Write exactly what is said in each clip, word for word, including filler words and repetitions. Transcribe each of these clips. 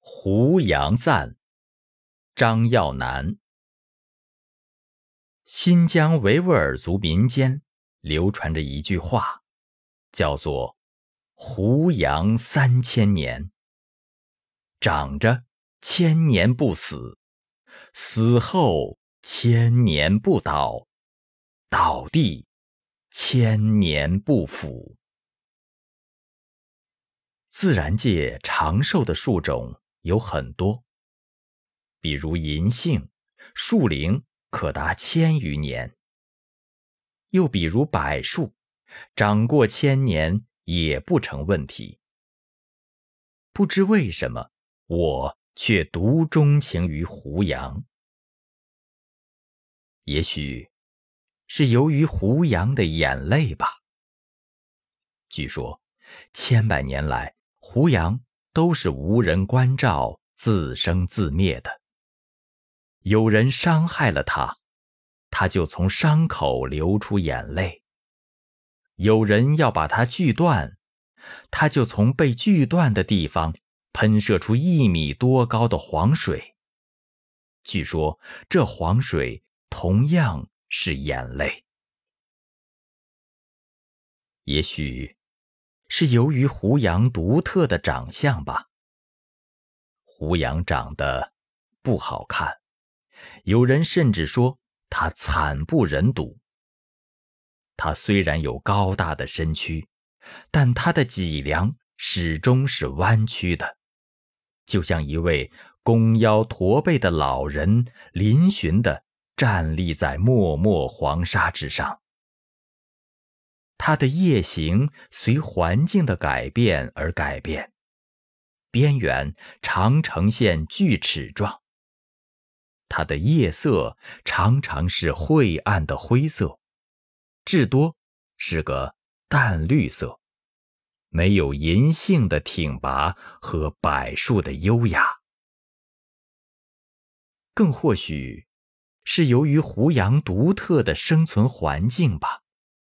胡杨赞，张耀南。新疆维吾尔族民间流传着一句话，叫做胡杨三千年，长着千年不死，死后千年不倒，倒地千年不腐。自然界长寿的树种有很多，比如银杏，树龄可达千余年；又比如柏树，长过千年也不成问题。不知为什么，我却独钟情于胡杨。也许是由于胡杨的眼泪吧。据说，千百年来，胡杨都是无人关照，自生自灭的。有人伤害了它，它就从伤口流出眼泪；有人要把它锯断，它就从被锯断的地方喷射出一米多高的黄水。据说，这黄水同样是眼泪。也许是由于胡杨独特的长相吧。胡杨长得不好看，有人甚至说他惨不忍睹。他虽然有高大的身躯，但他的脊梁始终是弯曲的，就像一位弓腰驼背的老人嶙峋地站立在漠漠黄沙之上。它的叶形随环境的改变而改变，边缘常呈现锯齿状。它的叶色常常是晦暗的灰色，至多是个淡绿色，没有银杏的挺拔和柏树的优雅。更或许是由于胡杨独特的生存环境吧。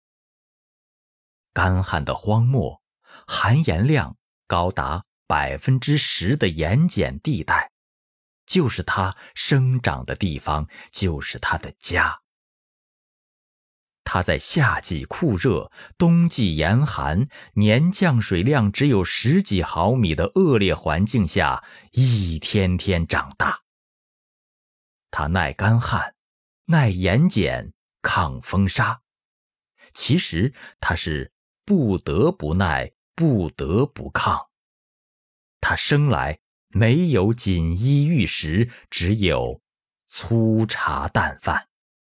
干旱的荒漠，含盐量高达百分之十的盐碱地带，就是它生长的地方，就是它的家。它在夏季酷热，冬季严寒，年降水量只有十几毫米的恶劣环境下，一天天长大。它耐干旱，耐盐碱，抗风沙。其实它是不得不耐，不得不抗。他生来没有锦衣玉食，只有粗茶淡饭。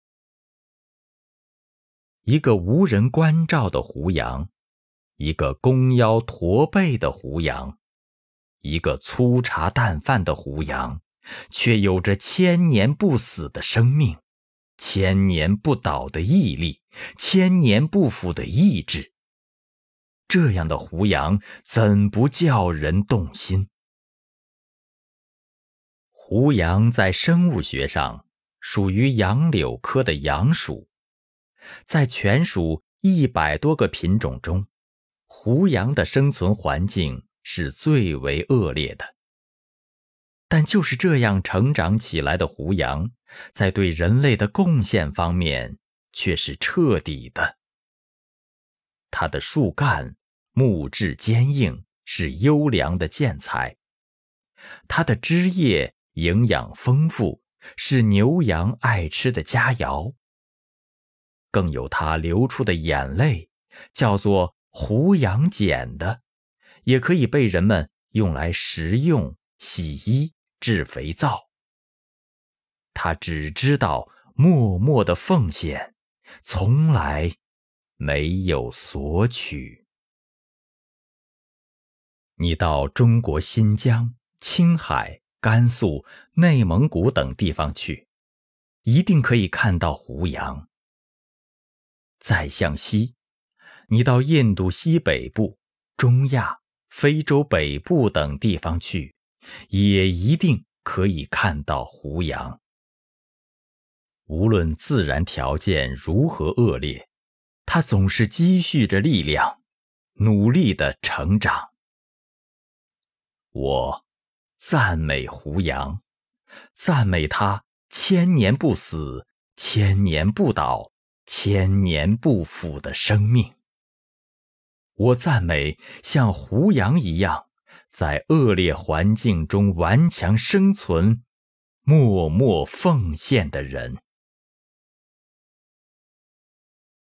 一个无人关照的胡杨，一个弓腰驼背的胡杨，一个粗茶淡饭的胡杨，却有着千年不死的生命，千年不倒的毅力，千年不腐的意志。这样的胡杨怎不叫人动心？胡杨在生物学上属于杨柳科的杨属，在全属一百多个品种中，胡杨的生存环境是最为恶劣的。但就是这样成长起来的胡杨，在对人类的贡献方面却是彻底的。它的树干木质坚硬，是优良的建材；它的枝叶营养丰富，是牛羊爱吃的佳肴。更有它流出的眼泪，叫做胡杨碱的，也可以被人们用来食用、洗衣、制肥皂。它只知道默默的奉献，从来没有索取。你到中国新疆、青海、甘肃、内蒙古等地方去，一定可以看到胡杨。再向西，你到印度西北部、中亚、非洲北部等地方去，也一定可以看到胡杨。无论自然条件如何恶劣，它总是积蓄着力量，努力地成长。我赞美胡杨，赞美他千年不死，千年不倒，千年不腐的生命。我赞美像胡杨一样，在恶劣环境中顽强生存、默默奉献的人。